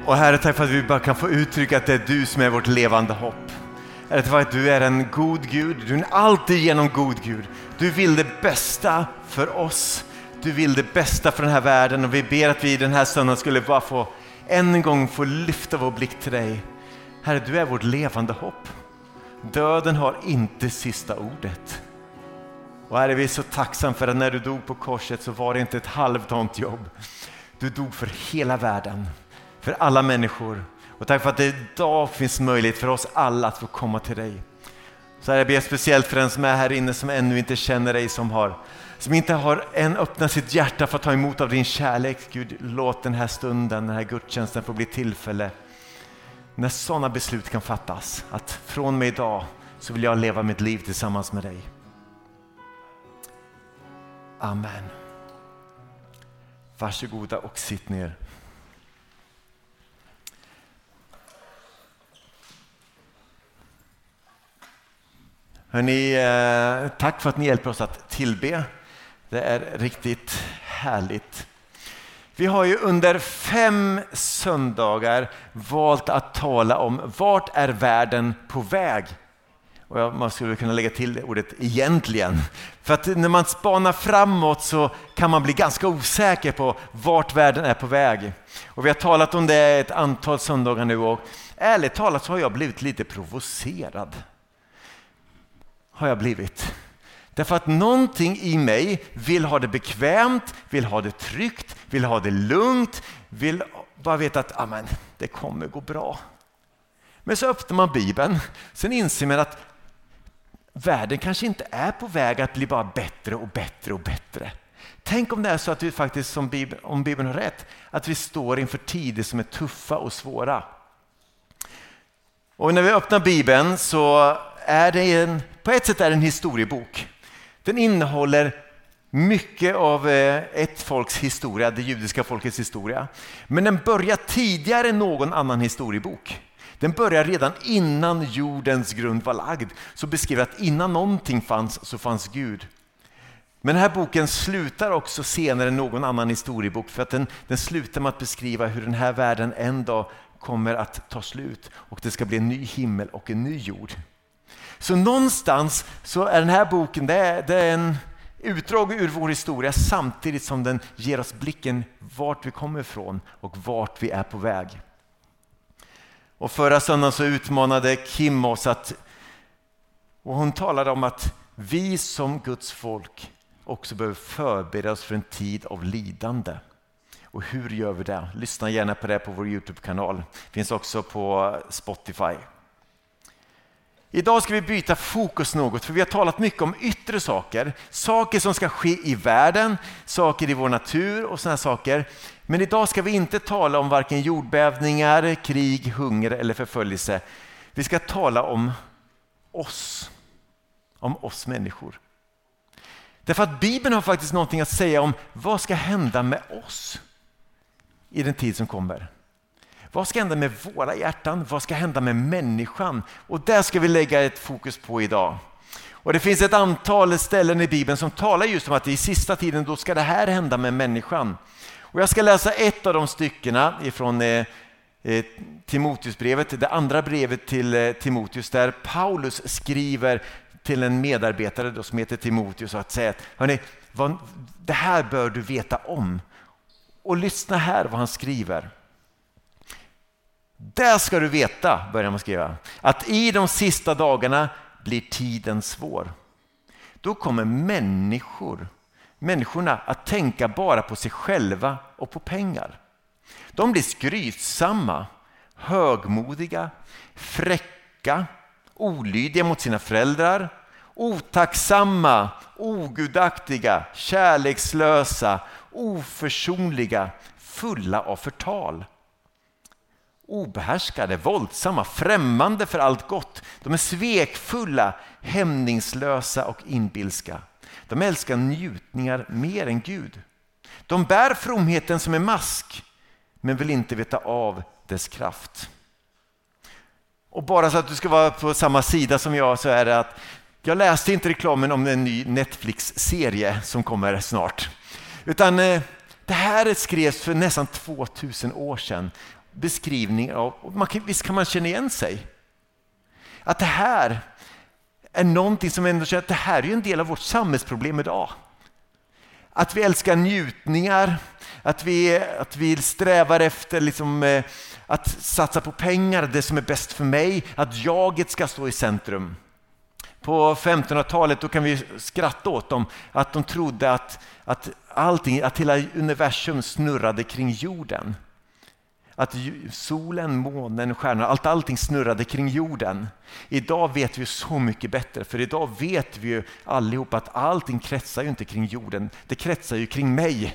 Och Herre, tack för att vi bara kan få uttrycka att det är du som är vårt levande hopp. Herre, tack för att du är en god Gud. Du är en alltid genom god Gud. Du vill det bästa för oss. Du vill det bästa för den här världen. Och vi ber att vi den här stunden skulle bara få än en gång få lyfta vår blick till dig. Herre, du är vårt levande hopp. Döden har inte sista ordet. Och Herre, vi är så tacksam för att när du dog på korset så var det inte ett halvdant jobb. Du dog för hela världen. För alla människor. Och tack för att det idag finns möjlighet för oss alla att få komma till dig. Så här, jag ber speciellt för den som är här inne som ännu inte känner dig, som inte har än öppnat sitt hjärta för att ta emot av din kärlek. Gud, låt den här stunden, den här gudstjänsten få bli tillfälle när sådana beslut kan fattas. Att från mig idag så vill jag leva mitt liv tillsammans med dig. Amen. Varsågoda och sitt ner. Hörrni, tack för att ni hjälper oss att tillbe. Det är riktigt härligt. Vi har ju under 5 söndagar valt att tala om vart är världen på väg. Och man skulle kunna lägga till ordet egentligen. För att när man spanar framåt så kan man bli ganska osäker på vart världen är på väg. Och vi har talat om det ett antal söndagar nu och ärligt talat så har jag blivit lite provocerad. Har jag blivit. Därför att någonting i mig vill ha det bekvämt, vill ha det tryggt, vill ha det lugnt, vill bara veta att amen, det kommer gå bra. Men så öppnar man Bibeln, sen inser man att världen kanske inte är på väg att bli bara bättre och bättre och bättre. Tänk om det är så att vi faktiskt, om Bibeln har rätt, att vi står inför tider som är tuffa och svåra. Och när vi öppnar Bibeln så är det på ett sätt är det en historiebok. Den innehåller mycket av ett folks historia, det judiska folkets historia. Men den börjar tidigare än någon annan historiebok. Den börjar redan innan jordens grund var lagd. Så beskriver att innan någonting fanns så fanns Gud. Men den här boken slutar också senare än någon annan historiebok. För att den slutar med att beskriva hur den här världen en dag kommer att ta slut. Och det ska bli en ny himmel och en ny jord. Så någonstans så är den här boken det är en utdrag ur vår historia samtidigt som den ger oss blicken vart vi kommer ifrån och vart vi är på väg. Och förra söndagen så utmanade Kim oss och hon talade om att vi som Guds folk också behöver förbereda oss för en tid av lidande. Och hur gör vi det? Lyssna gärna på det på vår YouTube-kanal. Finns också på Spotify. Idag ska vi byta fokus något, för vi har talat mycket om yttre saker. Saker som ska ske i världen, saker i vår natur och såna saker. Men idag ska vi inte tala om varken jordbävningar, krig, hunger eller förföljelse. Vi ska tala om oss människor. Därför att Bibeln har faktiskt någonting att säga om vad ska hända med oss i den tid som kommer. Vad ska hända med våra hjärtan? Vad ska hända med människan? Och där ska vi lägga ett fokus på idag. Och det finns ett antal ställen i Bibeln som talar just om att i sista tiden då ska det här hända med människan. Och jag ska läsa ett av de styckena ifrån Timoteusbrevet, det andra brevet till Timoteus, där Paulus skriver till en medarbetare då som heter Timoteus att säga att hörni, det här bör du veta om. Och lyssna här vad han skriver. Där ska du veta, börjar man skriva, att i de sista dagarna blir tiden svår. Då kommer människorna att tänka bara på sig själva och på pengar. De blir skrytsamma, högmodiga, fräcka, olydiga mot sina föräldrar, otacksamma, ogudaktiga, kärlekslösa, oförsonliga, fulla av förtal. Obehärskade, våldsamma, främmande för allt gott. De är svekfulla, hämningslösa och inbilska. De älskar njutningar mer än Gud. De bär fromheten som en mask, men vill inte veta av dess kraft. Och bara så att du ska vara på samma sida som jag, så är det att jag läste inte reklamen om en ny Netflix-serie som kommer snart. Utan det här skrevs för nästan 2000 år sedan. beskrivning av, visst kan man känna igen sig. Att det här är någonting som ändå känner att det här är ju en del av vårt samhällsproblem idag. Att vi älskar njutningar, att vi strävar efter liksom, att satsa på pengar, det som är bäst för mig, att jaget ska stå i centrum. På 1500-talet då kan vi skratta åt dem, att de trodde att hela universum snurrade kring jorden. Att solen, månen, stjärnorna, allting snurrade kring jorden. Idag vet vi så mycket bättre, för idag vet vi ju allihop att allting kretsar ju inte kring jorden, det kretsar ju kring mig.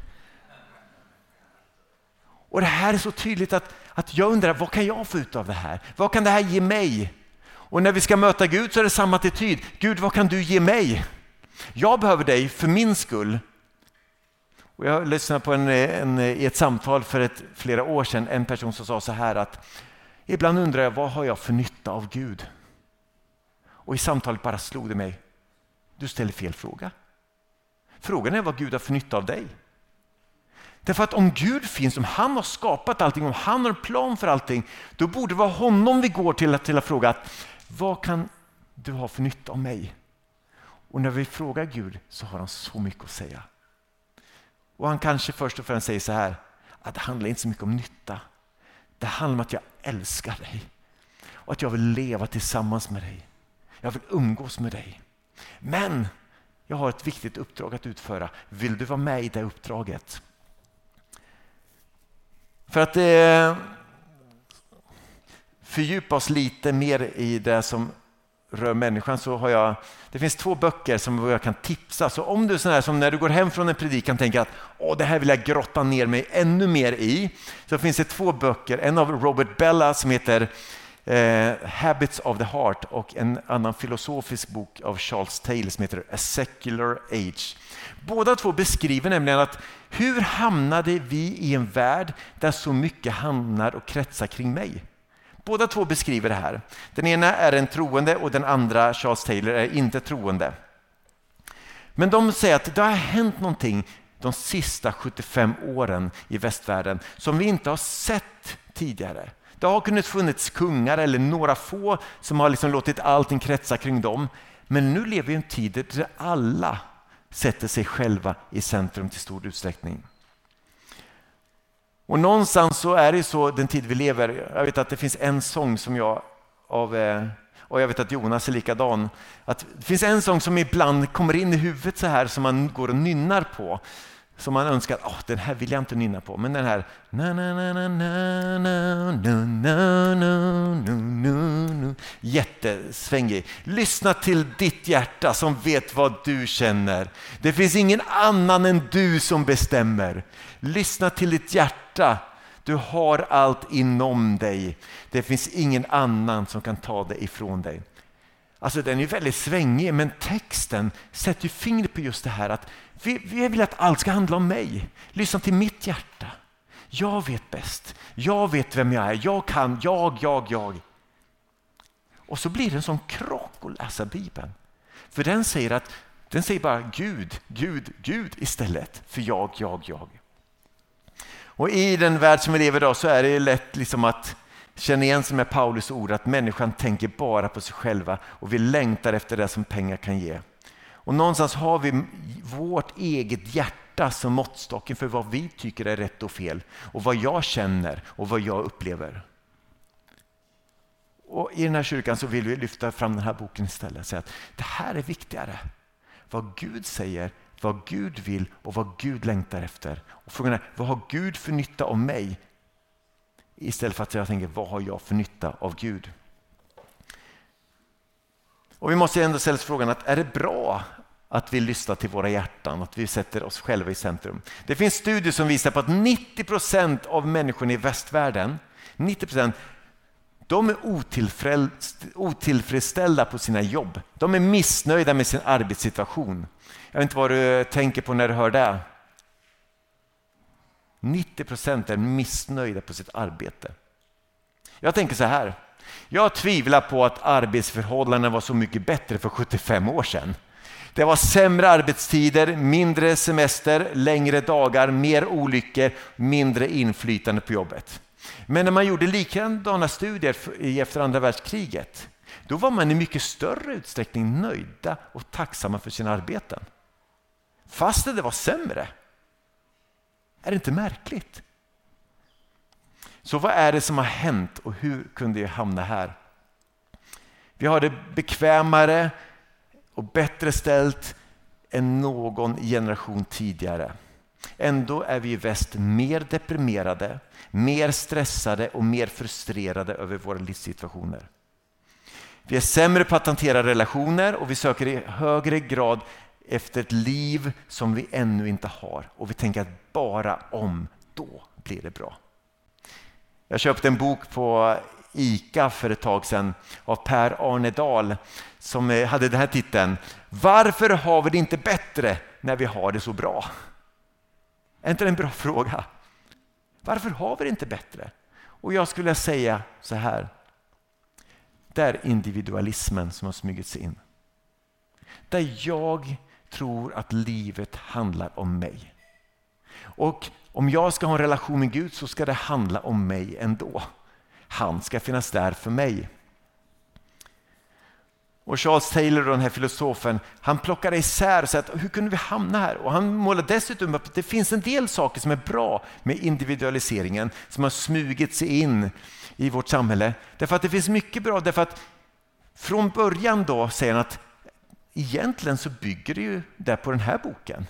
Och det här är så tydligt att jag undrar, vad kan jag få ut av det här? Vad kan det här ge mig? Och när vi ska möta Gud så är det samma attityd. Gud, vad kan du ge mig? Jag behöver dig för min skull. Och jag lyssnade på i ett samtal för flera år sedan, en person som sa så här att ibland undrar jag, vad har jag för nytta av Gud? Och i samtalet bara slog det mig, du ställer fel fråga. Frågan är vad Gud har för nytta av dig. Därför att om Gud finns, om han har skapat allting, om han har en plan för allting, då borde det vara honom vi går till att fråga att, vad kan du ha för nytta av mig? Och när vi frågar Gud så har han så mycket att säga. Och han kanske först och främst säger så här, att det handlar inte så mycket om nytta. Det handlar om att jag älskar dig. Och att jag vill leva tillsammans med dig. Jag vill umgås med dig. Men jag har ett viktigt uppdrag att utföra. Vill du vara med i det uppdraget? För att fördjupa oss lite mer i det som rör människan så det finns 2 böcker som jag kan tipsa. Så om du är sån här som när du går hem från en predikan tänker att det här vill jag grotta ner mig ännu mer i, så finns det 2 böcker. En av Robert Bella som heter Habits of the Heart och en annan filosofisk bok av Charles Taylor som heter A Secular Age. Båda 2 beskriver nämligen att hur hamnade vi i en värld där så mycket hamnar och kretsar kring mig? Båda 2 beskriver det här. Den ena är en troende och den andra, Charles Taylor, är inte troende. Men de säger att det har hänt någonting de sista 75 åren i västvärlden som vi inte har sett tidigare. Det har kunnat funnits kungar eller några få som har liksom låtit allting kretsa kring dem. Men nu lever vi i en tid där alla sätter sig själva i centrum till stor utsträckning. Och någonstans så är det så den tid vi lever. Jag vet att det finns en sång som och jag vet att Jonas är likadan. Att det finns en sång som ibland kommer in i huvudet så här som man går och nynnar på. Som man önskar, den här vill jag inte nynna på. Men den här jättesvängig. Lyssna till ditt hjärta som vet vad du känner. Det finns ingen annan än du som bestämmer. Lyssna till ditt hjärta. Du har allt inom dig. Det finns ingen annan som kan ta det ifrån dig. Alltså den är väldigt svängig, men texten sätter ju fingret på just det här att vi vill att allt ska handla om mig. Lyssna till mitt hjärta. Jag vet bäst. Jag vet vem jag är. Jag kan. Jag. Och så blir det en sån krock att läsa Bibeln. För den säger bara Gud istället för jag. Och i den värld som vi lever idag så är det lätt liksom att känna igen sig med Paulus ord att människan tänker bara på sig själva och vi längtar efter det som pengar kan ge. Och någonstans har vi vårt eget hjärta som måttstocken för vad vi tycker är rätt och fel och vad jag känner och vad jag upplever. Och i den här kyrkan så vill vi lyfta fram den här boken istället och säga att det här är viktigare. Vad Gud säger, vad Gud vill och vad Gud längtar efter. Och frågan är, vad har Gud för nytta av mig? Istället för att jag tänker, vad har jag för nytta av Gud? Och vi måste ändå ställa frågan att är det bra att vi lyssnar till våra hjärtan, att vi sätter oss själva i centrum? Det finns studier som visar på att 90% av människorna i västvärlden, 90%, de är otillfredsställda på sina jobb. De är missnöjda med sin arbetssituation. Jag vet inte vad du tänker på när du hör det. 90% är missnöjda på sitt arbete. Jag tänker så här. Jag tvivlar på att arbetsförhållandena var så mycket bättre för 75 år sedan. Det var sämre arbetstider, mindre semester, längre dagar, mer olyckor, mindre inflytande på jobbet. Men när man gjorde likadana studier efter andra världskriget, då var man i mycket större utsträckning nöjda och tacksamma för sina arbeten. Fast det var sämre. Är det inte märkligt? Så vad är det som har hänt och hur kunde jag hamna här? Vi har det bekvämare och bättre ställt än någon generation tidigare. Ändå är vi i väst mer deprimerade, mer stressade och mer frustrerade över våra livssituationer. Vi är sämre på att hantera relationer och vi söker i högre grad efter ett liv som vi ännu inte har. Och vi tänker att bara om, då blir det bra. Jag köpte en bok på ICA för ett tag sedan av Per Arnedal som hade den här titeln: Varför har vi det inte bättre när vi har det så bra? Är inte det en bra fråga? Varför har vi det inte bättre? Och jag skulle säga så här: det är individualismen som har smugit sig in. Där jag tror att livet handlar om mig. Och om jag ska ha en relation med Gud så ska det handla om mig ändå. Han ska finnas där för mig. Och Charles Taylor, den här filosofen, han plockade isär och sa att hur kunde vi hamna här? Och han målade dessutom upp att det finns en del saker som är bra med individualiseringen som har smugit sig in i vårt samhälle. Därför att det finns mycket bra, därför att från början då säger han att egentligen så bygger det ju där på den här boken.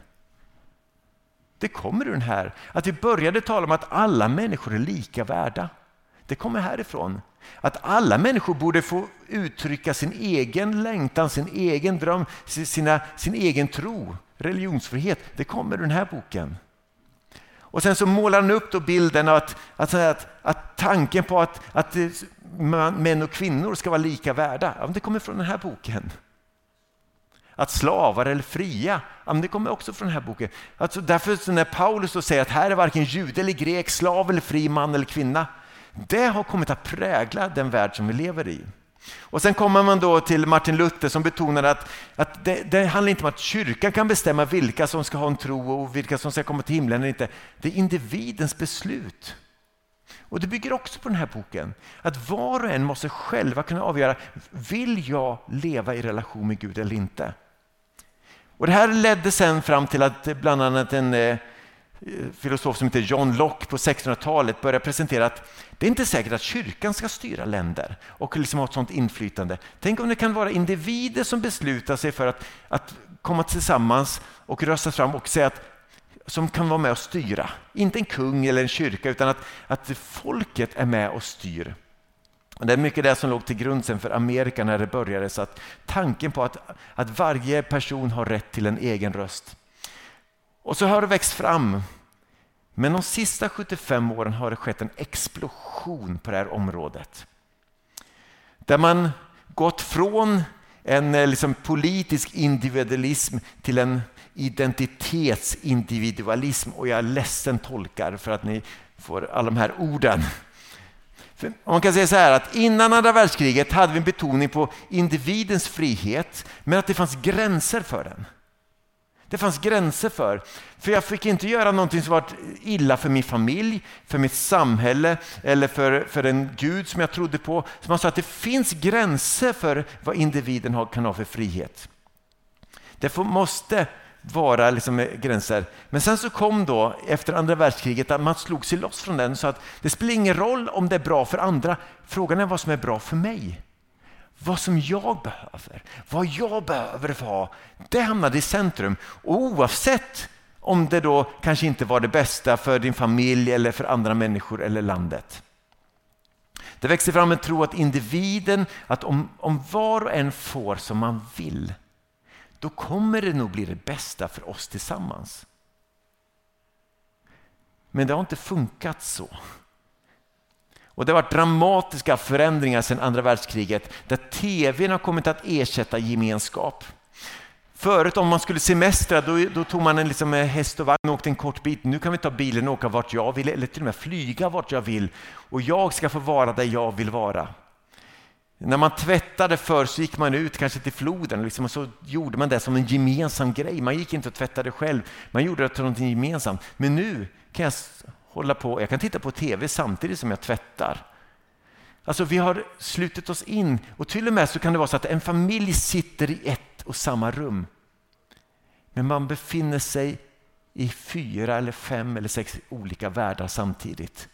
Det kommer ur den här. Att vi började tala om att alla människor är lika värda. Det kommer härifrån. Att alla människor borde få uttrycka sin egen längtan, sin egen dröm, sin egen tro, religionsfrihet. Det kommer ur den här boken. Och sen så målar han upp då bilden av att tanken på att män och kvinnor ska vara lika värda. Ja, det kommer från den här boken. Att slavar eller fria, ja, det kommer också från den här boken. Alltså därför så när Paulus då säger att här är varken jude eller grek, slav eller fri, man eller kvinna. Det har kommit att prägla den värld som vi lever i. Och sen kommer man då till Martin Luther som betonar att det handlar inte om att kyrkan kan bestämma vilka som ska ha en tro och vilka som ska komma till himlen eller inte. Det är individens beslut. Och det bygger också på den här boken. Att var och en måste själva kunna avgöra, vill jag leva i relation med Gud eller inte? Och det här ledde sen fram till att bland annat en filosof som heter John Locke på 1600-talet började presentera att det är inte säkert att kyrkan ska styra länder och liksom ha ett sånt inflytande. Tänk om det kan vara individer som beslutar sig för att komma tillsammans och rösta fram och säga att som kan vara med och styra. Inte en kung eller en kyrka utan att folket är med och styr. Och det är mycket det som låg till grund sen för Amerika när det började, så att tanken på att varje person har rätt till en egen röst. Och så har det växt fram. Men de sista 75 åren har det skett en explosion på det här området. Där man gått från en liksom politisk individualism till en identitetsindividualism. Och jag är ledsen tolkar för att ni får alla de här orden. För man kan säga så här att innan andra världskriget hade vi en betoning på individens frihet, men att det fanns gränser för den. Det fanns gränser för jag fick inte göra någonting som var illa för min familj, för mitt samhälle eller för en Gud som jag trodde på. Så man sa att det finns gränser för vad individen kan ha för frihet. Det måste vara liksom gränser. Men sen så kom då efter andra världskriget att man slog sig loss från den, så att det spelar ingen roll om det är bra för andra. Frågan är vad som är bra för mig. Vad som jag behöver, vad jag behöver ha, det hamnade i centrum. Och oavsett om det då kanske inte var det bästa för din familj eller för andra människor eller landet. Det växer fram en tro att individen, att om var och en får som man vill, då kommer det nog bli det bästa för oss tillsammans. Men det har inte funkat så. Och det har varit dramatiska förändringar sedan andra världskriget där tvn har kommit att ersätta gemenskap. Förut om man skulle semestra då tog man en häst och vagn och åkte en kort bit. Nu kan vi ta bilen och åka vart jag vill eller till och med flyga vart jag vill. Och jag ska få vara där jag vill vara. När man tvättade förr så gick man ut kanske till floden och så gjorde man det som en gemensam grej. Man gick inte och tvättade själv, man gjorde det till någonting gemensamt. Men nu kan jag hålla på. Jag kan titta på tv samtidigt som jag tvättar. Alltså vi har slutit oss in, och till och med så kan det vara så att en familj sitter i ett och samma rum. Men man befinner sig i 4 eller 5 eller 6 olika världar samtidigt.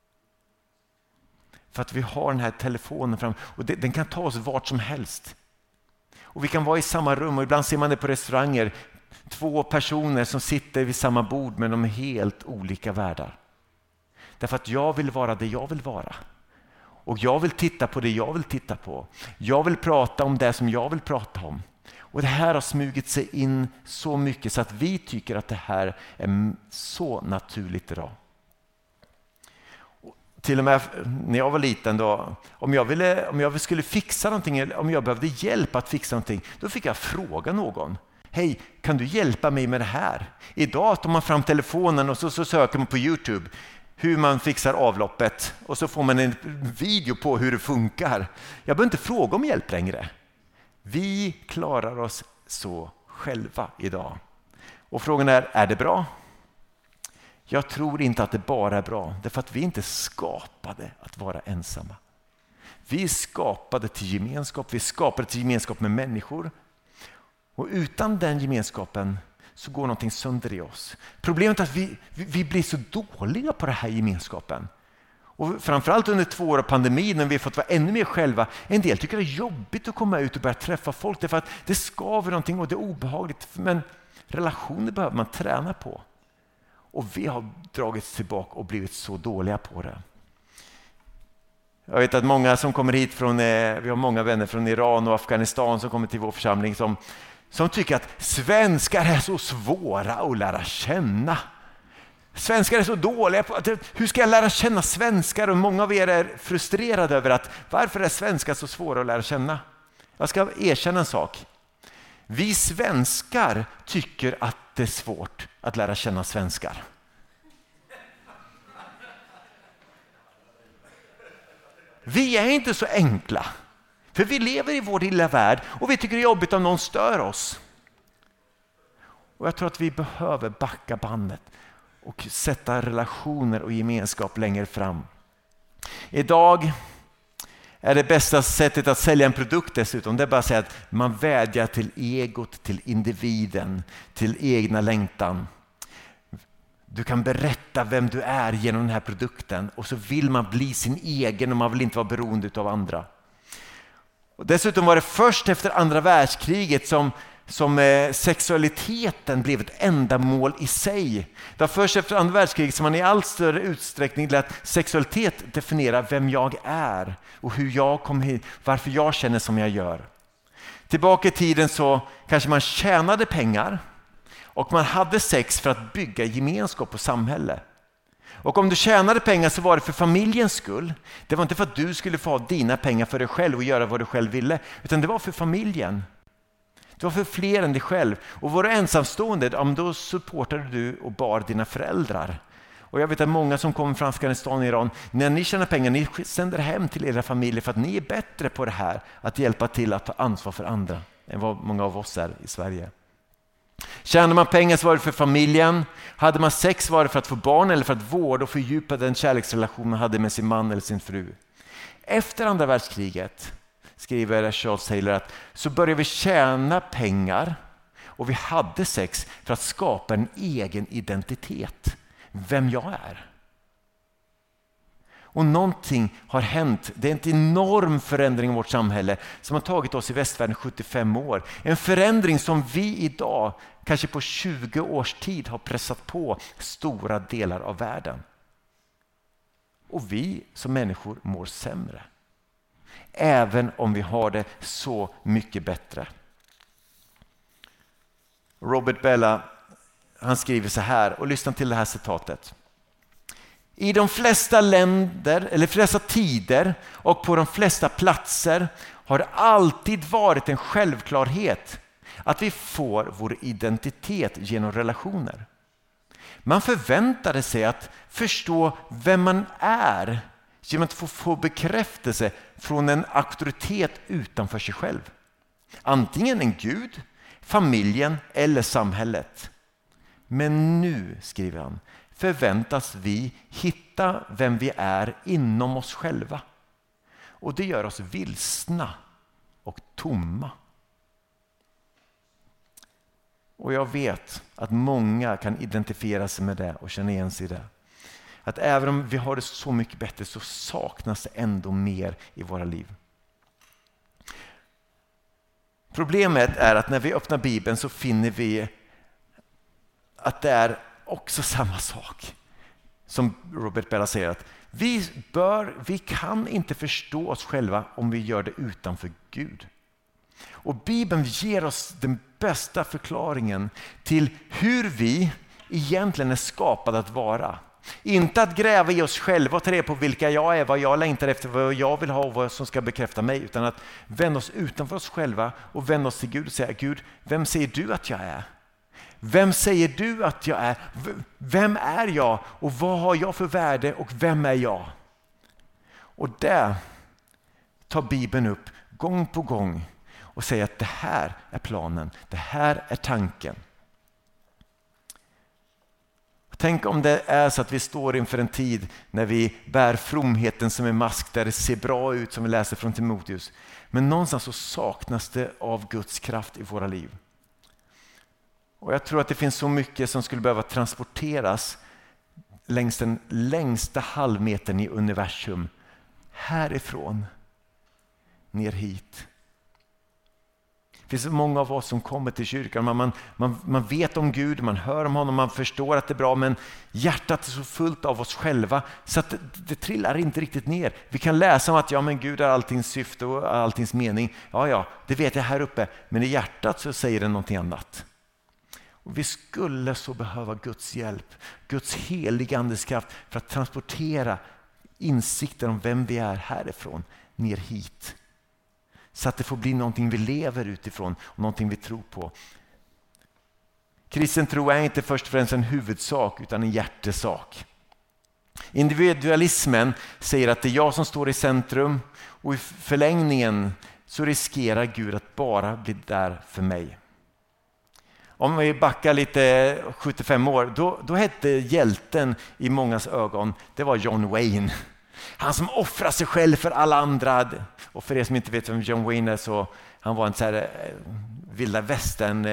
För att vi har den här telefonen fram, och den kan ta oss vart som helst. Och vi kan vara i samma rum, och ibland ser man det på restauranger. 2 personer som sitter vid samma bord, men de är helt olika världar. Därför att jag vill vara det jag vill vara. Och jag vill titta på det jag vill titta på. Jag vill prata om det som jag vill prata om. Och det här har smugit sig in så mycket så att vi tycker att det här är så naturligt idag. Och till och med när jag var liten då, om jag skulle fixa någonting, eller om jag behövde hjälp att fixa någonting, då fick jag fråga någon. Hej, kan du hjälpa mig med det här? Idag tar man fram telefonen och så söker man på YouTube hur man fixar avloppet, och så får man en video på hur det funkar. Jag behöver inte fråga om hjälp längre. Vi klarar oss så själva idag. Och frågan är det bra? Jag tror inte att det bara är bra. Därför att vi inte skapade att vara ensamma. Vi skapade till gemenskap. Vi skapade till gemenskap med människor. Och utan den gemenskapen så går någonting sönder i oss. Problemet är att vi blir så dåliga på den här gemenskapen. Och framförallt under 2 år av pandemin, när vi har fått vara ännu mer själva. En del tycker det är jobbigt att komma ut och börja träffa folk, därför att det skaver någonting och det är obehagligt. Men relationer behöver man träna på. Och vi har dragits tillbaka och blivit så dåliga på det. Jag vet att många som kommer hit från, vi har många vänner från Iran och Afghanistan som kommer till vår församling som tycker att svenskar är så svåra att lära känna. Svenskar är så dåliga på hur ska jag lära känna svenskar? Och många av er är frustrerade över att varför är svenskar så svåra att lära känna? Jag ska erkänna en sak. Vi svenskar tycker att det är svårt att lära känna svenskar. Vi är inte så enkla. För vi lever i vår lilla värld och vi tycker det är jobbigt om någon stör oss. Och jag tror att vi behöver backa bandet och sätta relationer och gemenskap längre fram. Idag är det bästa sättet att sälja en produkt dessutom. Det är bara att säga att man vädjar till egot, till individen, till egna längtan. Du kan berätta vem du är genom den här produkten, och så vill man bli sin egen och man vill inte vara beroende av andra. Och dessutom var det först efter andra världskriget som sexualiteten blev ett ändamål i sig. Det var först efter andra världskriget som man i allt större utsträckning lät sexualitet definiera vem jag är och hur jag kom hit, varför jag känner som jag gör. Tillbaka i tiden så kanske man tjänade pengar och man hade sex för att bygga gemenskap och samhälle. Och om du tjänade pengar så var det för familjens skull. Det var inte för att du skulle få ha dina pengar för dig själv och göra vad du själv ville, utan det var för familjen. Det var för fler än dig själv. Och var du ensamstående, då supportade du och bar dina föräldrar. Och jag vet att många som kommer från Afghanistan och Iran, när ni tjänar pengar, ni sänder hem till era familjer för att ni är bättre på det här, att hjälpa till att ta ansvar för andra än vad många av oss är i Sverige. Tjänade man pengar så var det för familjen. Hade man sex var det för att få barn eller för att vårda och fördjupa den kärleksrelation man hade med sin man eller sin fru. Efter andra världskriget, skriver Charles Taylor, att så började vi tjäna pengar och vi hade sex för att skapa en egen identitet. Vem jag är. Och någonting har hänt. Det är en enorm förändring i vårt samhälle som har tagit oss i västvärlden 75 år. En förändring som vi idag, kanske på 20 års tid, har pressat på stora delar av världen. Och vi som människor mår sämre. Även om vi har det så mycket bättre. Robert Bella, han skriver så här, och lyssna till det här citatet. I de flesta länder, eller flesta tider och på de flesta platser har det alltid varit en självklarhet att vi får vår identitet genom relationer. Man förväntade sig att förstå vem man är genom att få bekräftelse från en auktoritet utanför sig själv. Antingen en gud, familjen eller samhället. Men nu, skriver han, förväntas vi hitta vem vi är inom oss själva. Och det gör oss vilsna och tomma. Och jag vet att många kan identifiera sig med det och känna igen sig i det. Att även om vi har det så mycket bättre så saknas det ändå mer i våra liv. Problemet är att när vi öppnar Bibeln så finner vi att det är också samma sak. Som Robert Bella säger, att vi kan inte förstå oss själva om vi gör det utanför Gud. Och Bibeln ger oss den bästa förklaringen till hur vi egentligen är skapade att vara. Inte att gräva i oss själva och ta reda på vilka jag är, vad jag längtar efter, vad jag vill ha och vad som ska bekräfta mig. Utan att vända oss utanför oss själva och vända oss till Gud och säga: Gud, vem säger du att jag är? Vem säger du att jag är? Vem är jag? Och vad har jag för värde och vem är jag? Och där tar Bibeln upp gång på gång och säger att det här är planen, det här är tanken. Tänk om det är så att vi står inför en tid när vi bär fromheten som en mask, där det ser bra ut som vi läser från Timoteus. Men någonstans så saknas det av Guds kraft i våra liv. Och jag tror att det finns så mycket som skulle behöva transporteras längs den längsta halvmetern i universum. Härifrån ner hit. Det finns många av oss som kommer till kyrkan. Man vet om Gud, man hör om honom, man förstår att det är bra. Men hjärtat är så fullt av oss själva så att det trillar inte riktigt ner. Vi kan läsa om att men Gud är alltings syfte och alltings mening. Ja, det vet jag här uppe. Men i hjärtat så säger det någonting annat. Och vi skulle så behöva Guds hjälp, Guds heliga andes kraft för att transportera insikten om vem vi är härifrån ner hit. Så att det får bli någonting vi lever utifrån och någonting vi tror på. Kristen tro är inte först och främst en huvudsak utan en hjärtesak. Individualismen säger att det är jag som står i centrum, och i förlängningen så riskerar Gud att bara bli där för mig. Om vi backar lite 75 år, då hette hjälten i mångas ögon, det var John Wayne. Han som offrar sig själv för alla andra. Och för er som inte vet vem John Wayne är, så han var en så här vilda västern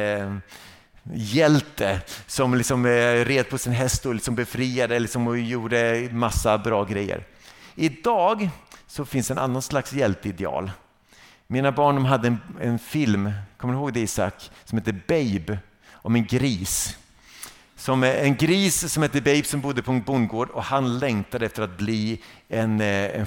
hjälte som liksom red på sin häst och liksom befriade liksom, och gjorde massa bra grejer. Idag så finns en annan slags hjälteideal. Mina barn hade en film, kommer du ihåg det Isak, som heter Babe, om en gris. En gris som heter Babe som bodde på en bondgård, och han längtade efter att bli en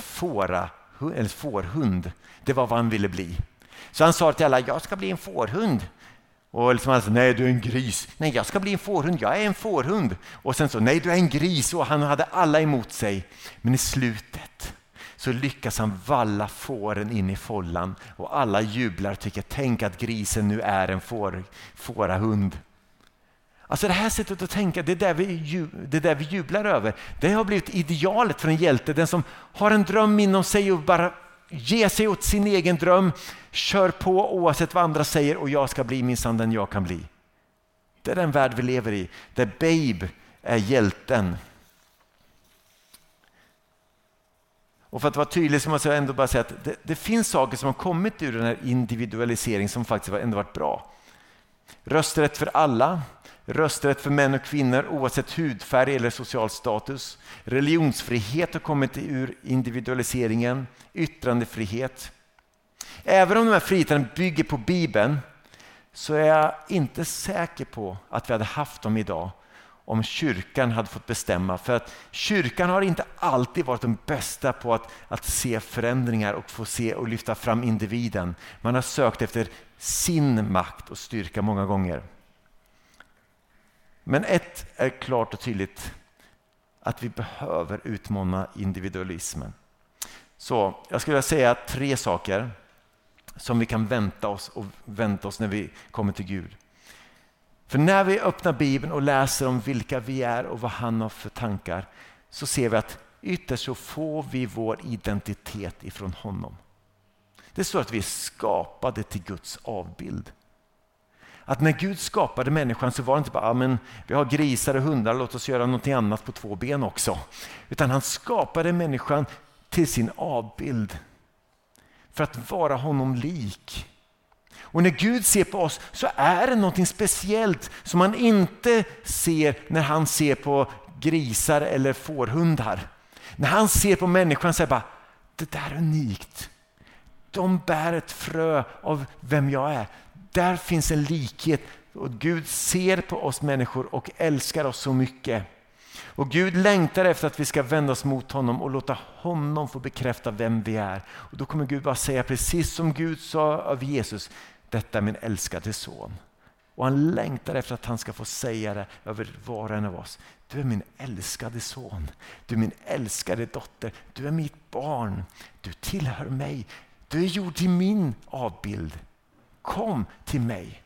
fårhund. Det var vad han ville bli. Så han sa till alla: jag ska bli en fårhund. Och liksom han sa: nej, du är en gris. Nej, jag ska bli en fårhund. Jag är en fårhund. Och sen så: nej, du är en gris. Och han hade alla emot sig. Men i slutet så lyckas han valla fåren in i fållan, och alla jublar och tycker: tänk att grisen nu är en fårahund. Alltså det här sättet att tänka, det är där vi jublar över. Det har blivit idealet för en hjälte. Den som har en dröm inom sig och bara ger sig åt sin egen dröm. Kör på oavsett vad andra säger, och jag ska bli minsann den jag kan bli. Det är den värld vi lever i. Där Babe är hjälten. Och för att vara tydlig så måste jag ändå bara säga att det finns saker som har kommit ur den här individualiseringen som faktiskt ändå varit bra. Rösträtt för alla. Rösträtt för män och kvinnor oavsett hudfärg eller social status. Religionsfrihet har kommit ur individualiseringen. Yttrandefrihet. Även om de här friheterna bygger på Bibeln, så är jag inte säker på att vi hade haft dem idag om kyrkan hade fått bestämma. För att kyrkan har inte alltid varit den bästa på att se förändringar och få se och lyfta fram individen. Man har sökt efter sin makt och styrka många gånger. Men ett är klart och tydligt, att vi behöver utmana individualismen. Så jag skulle säga 3 saker som vi kan vänta oss när vi kommer till Gud. För när vi öppnar Bibeln och läser om vilka vi är och vad han har för tankar, så ser vi att ytterst så får vi vår identitet ifrån honom. Det står att vi är skapade till Guds avbild. Att när Gud skapade människan så var det inte bara men vi har grisar och hundar, låt oss göra något annat på 2 ben också. Utan han skapade människan till sin avbild för att vara honom lik. Och när Gud ser på oss så är det något speciellt som man inte ser när han ser på grisar eller fårhundar. När han ser på människan så är det bara, det där är unikt. De bär ett frö av vem jag är. Där finns en likhet och Gud ser på oss människor och älskar oss så mycket. Och Gud längtar efter att vi ska vända oss mot honom och låta honom få bekräfta vem vi är. Och då kommer Gud bara säga precis som Gud sa av Jesus, detta är min älskade son. Och han längtar efter att han ska få säga det över var och en av oss. Du är min älskade son, du är min älskade dotter, du är mitt barn, du tillhör mig, du är gjord till min avbild. Kom till mig.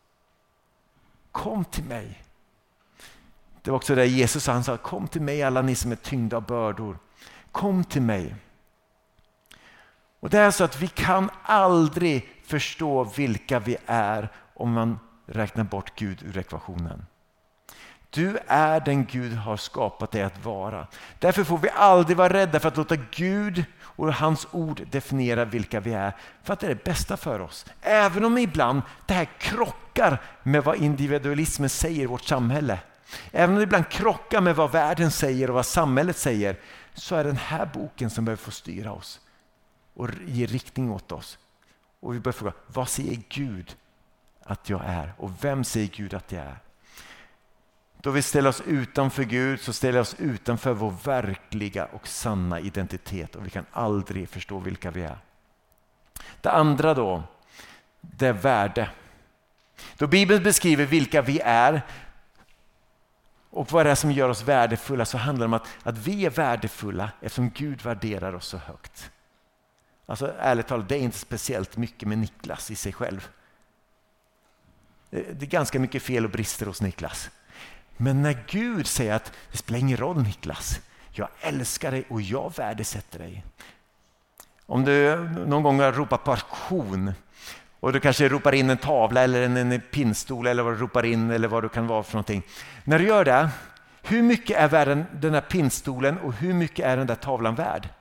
Kom till mig. Det var också där Jesus han sa, kom till mig alla ni som är tyngda av bördor. Kom till mig. Och det är så att vi kan aldrig förstå vilka vi är om man räknar bort Gud ur ekvationen. Du är den Gud har skapat dig att vara. Därför får vi aldrig vara rädda för att låta Gud och hans ord definiera vilka vi är. För att det är det bästa för oss. Även om ibland det här krockar med vad individualismen säger i vårt samhälle. Även om det ibland krockar med vad världen säger och vad samhället säger. Så är den här boken som behöver få styra oss. Och ge riktning åt oss. Och vi börjar fråga, vad säger Gud att jag är? Och vem säger Gud att jag är? Då vi ställer oss utanför Gud så ställer vi oss utanför vår verkliga och sanna identitet. Och vi kan aldrig förstå vilka vi är. Det andra då, det är värde. Då Bibeln beskriver vilka vi är och vad det är som gör oss värdefulla så handlar det om att vi är värdefulla eftersom Gud värderar oss så högt. Alltså ärligt talat, det är inte speciellt mycket med Niklas i sig själv. Det är ganska mycket fel och brister hos Niklas. Men när Gud säger att det spelar ingen roll Niklas, jag älskar dig och jag värdesätter dig. Om du någon gång har ropat på aktion och du kanske ropar in en tavla eller en pinnstol eller vad du ropar in eller vad du kan vara för någonting. När du gör det, hur mycket är värd den här pinnstolen och hur mycket är den där tavlan värd?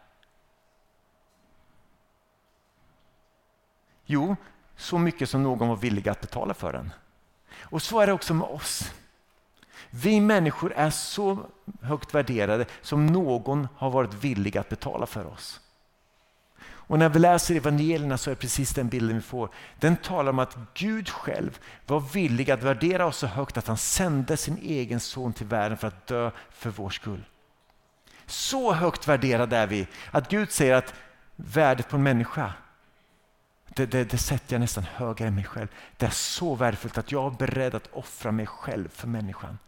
Jo, så mycket som någon var villig att betala för den. Och så är det också med oss. Vi människor är så högt värderade som någon har varit villig att betala för oss. Och när vi läser evangelierna så är det precis den bilden vi får. Den talar om att Gud själv var villig att värdera oss så högt att han sände sin egen son till världen för att dö för vår skull. Så högt värderade är vi att Gud säger att värdet på en människa, det sätter jag nästan högre än mig själv. Det är så värdefullt att jag är beredd att offra mig själv för människan.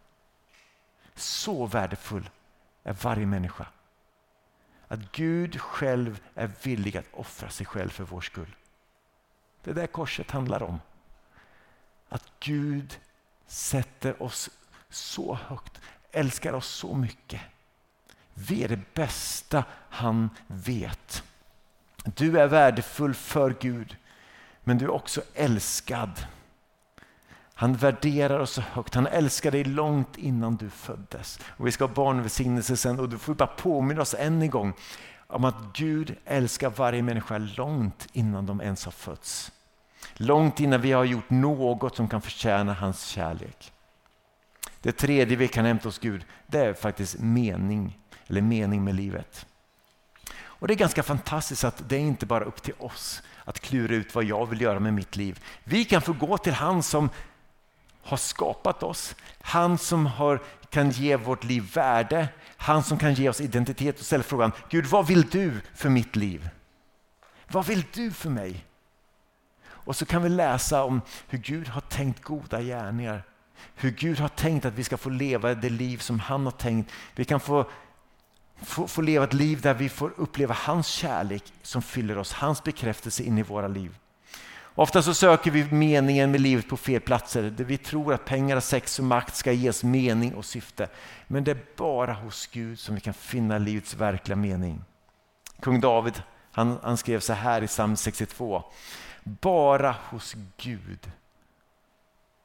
Så värdefull är varje människa. Att Gud själv är villig att offra sig själv för vår skull. Det där korset handlar om. Att Gud sätter oss så högt, älskar oss så mycket. Vi är det bästa han vet. Du är värdefull för Gud, men du är också älskad. Han värderar oss så högt. Han älskar dig långt innan du föddes. Och vi ska ha barnvälsignelse sen och du får bara påminna oss än en gång om att Gud älskar varje människa långt innan de ens har fötts. Långt innan vi har gjort något som kan förtjäna hans kärlek. Det tredje vi kan hämta hos Gud, det är faktiskt mening med livet. Och det är ganska fantastiskt att det är inte bara upp till oss att klura ut vad jag vill göra med mitt liv. Vi kan få gå till han som har skapat oss. Han som kan ge vårt liv värde. Han som kan ge oss identitet och ställa frågan, Gud, vad vill du för mitt liv? Vad vill du för mig? Och så kan vi läsa om hur Gud har tänkt goda gärningar. Hur Gud har tänkt att vi ska få leva det liv som han har tänkt. Vi kan få leva ett liv där vi får uppleva hans kärlek som fyller oss, hans bekräftelse in i våra liv. Ofta så söker vi meningen med livet på fel platser. Där vi tror att pengar, sex och makt ska ges mening och syfte. Men det är bara hos Gud som vi kan finna livets verkliga mening. Kung David, han skrev så här i psalm 62. Bara hos Gud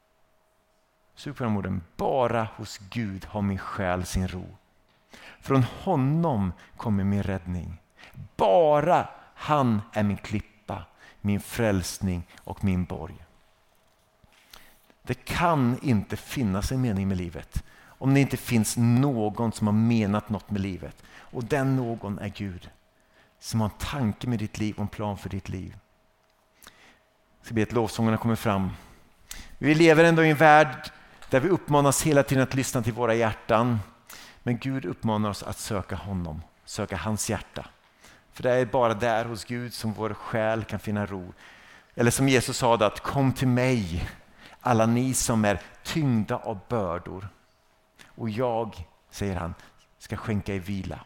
Sug på de orden. Bara hos Gud har min själ sin ro. Från honom kommer min räddning. Bara han är min klippa, min frälsning och min borg. Det kan inte finnas en mening med livet om det inte finns någon som har menat något med livet. Och den någon är Gud, som har en tanke med ditt liv och en plan för ditt liv. Jag ska be att lovsångerna kommer fram. Vi lever ändå i en värld där vi uppmanas hela tiden att lyssna till våra hjärtan. Men Gud uppmanar oss att söka honom, söka hans hjärta. För det är bara där hos Gud som vår själ kan finna ro. Eller som Jesus sa att kom till mig, alla ni som är tyngda av bördor. Och jag, säger han, ska skänka er vila.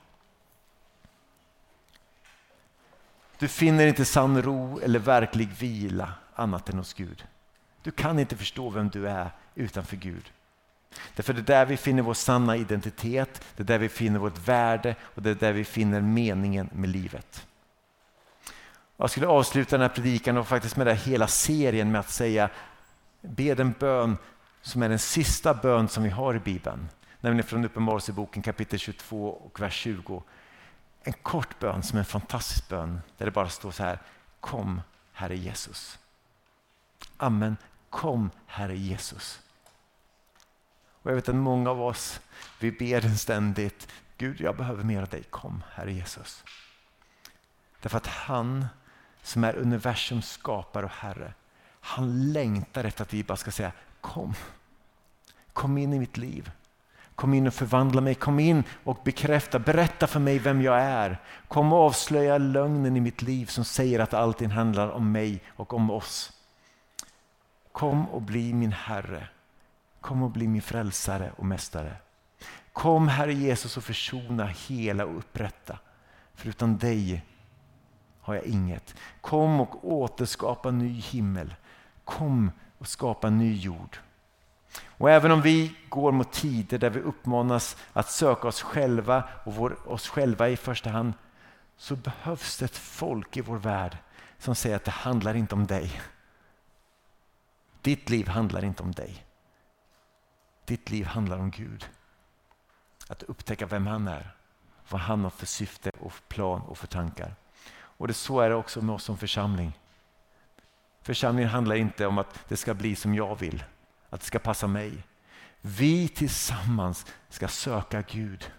Du finner inte sann ro eller verklig vila annat än hos Gud. Du kan inte förstå vem du är utanför Gud. Därför det är där vi finner vår sanna identitet, det är där vi finner vårt värde och det är där vi finner meningen med livet. Jag skulle avsluta den här predikan och faktiskt med den hela serien med att säga, be den bön som är den sista bön som vi har i Bibeln. Nämligen från Uppenbarelseboken kapitel 22 och vers 20. En kort bön som är en fantastisk bön där det bara står så här: kom Herre Jesus. Amen, kom Herre Jesus. Och jag vet att många av oss, vi ber den ständigt: Gud, jag behöver mer av dig, kom Herre Jesus. Därför att han som är universums skapare och Herre, han längtar efter att vi bara ska säga: kom in i mitt liv. Kom in och förvandla mig, kom in och berätta för mig vem jag är. Kom och avslöja lögnen i mitt liv som säger att allting handlar om mig och om oss. Kom och bli min Herre. Kom och bli min frälsare och mästare. Kom Herre Jesus och försona, hela och upprätta. För utan dig har jag inget. Kom och återskapa en ny himmel. Kom och skapa en ny jord. Och även om vi går mot tider där vi uppmanas att söka oss själva och oss själva i första hand, så behövs det ett folk i vår värld som säger att det handlar inte om dig. Ditt liv handlar inte om dig. Ditt liv handlar om Gud. Att upptäcka vem han är, vad han har för syfte och plan och för tankar. Och så är det också med oss som församling. Församlingen handlar inte om att det ska bli som jag vill, att det ska passa mig. Vi tillsammans ska söka Gud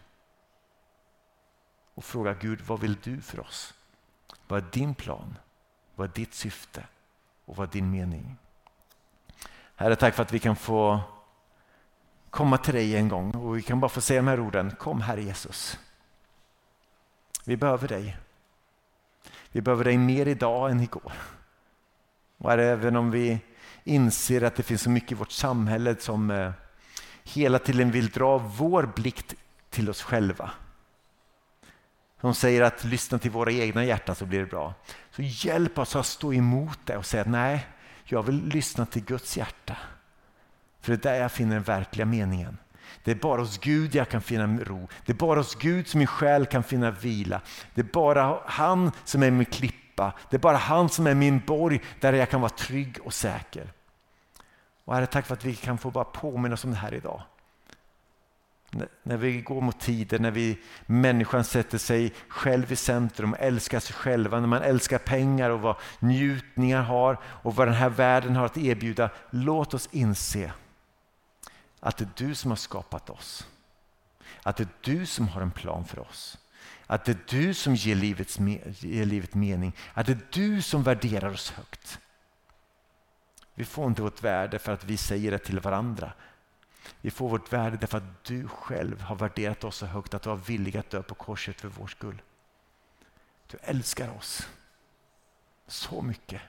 och fråga Gud, vad vill du för oss? Vad är din plan? Vad är ditt syfte? Och vad är din mening? Herre, tack för att vi kan få komma till dig en gång och vi kan bara få säga de här orden: kom Herre Jesus. Vi behöver dig. Vi behöver dig mer idag än igår. Och även om vi inser att det finns så mycket i vårt samhälle som hela tiden vill dra vår blick till oss själva. Som säger att lyssna till våra egna hjärtan så blir det bra. Så hjälp oss att stå emot det och säga att nej, jag vill lyssna till Guds hjärta. För det är där jag finner den verkliga meningen. Det är bara hos Gud jag kan finna ro. Det är bara hos Gud som min själ kan finna vila. Det är bara han som är min klippa. Det är bara han som är min borg där jag kan vara trygg och säker. Och Herre, tack för att vi kan få bara påminna oss om det här idag. När vi går mot tider, när människan sätter sig själv i centrum, älskar sig själva, när man älskar pengar och vad njutningar har och vad den här världen har att erbjuda. Låt oss inse att det är du som har skapat oss. Att det är du som har en plan för oss. Att det är du som ger livet mening. Att det är du som värderar oss högt. Vi får inte vårt värde för att vi säger det till varandra. Vi får vårt värde därför att du själv har värderat oss så högt att du var villig att dö på korset för vår skull. Du älskar oss så mycket.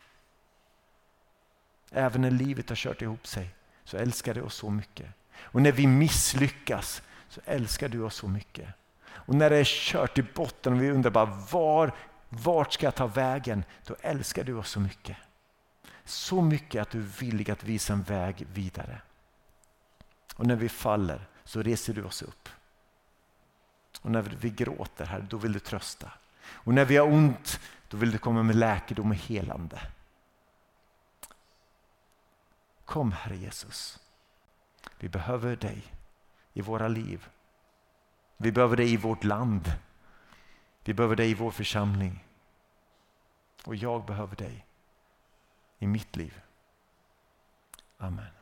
Även när livet har kört ihop sig så älskar du oss så mycket. Och när vi misslyckas så älskar du oss så mycket. Och när det är kört i botten och vi undrar bara vart ska jag ta vägen, då älskar du oss så mycket. Så mycket att du är villig att visa en väg vidare. Och när vi faller så reser du oss upp. Och när vi gråter här, då vill du trösta. Och när vi har ont, då vill du komma med läkedom och helande. Kom Herre Jesus. Vi behöver dig i våra liv. Vi behöver dig i vårt land. Vi behöver dig i vår församling. Och jag behöver dig i mitt liv. Amen.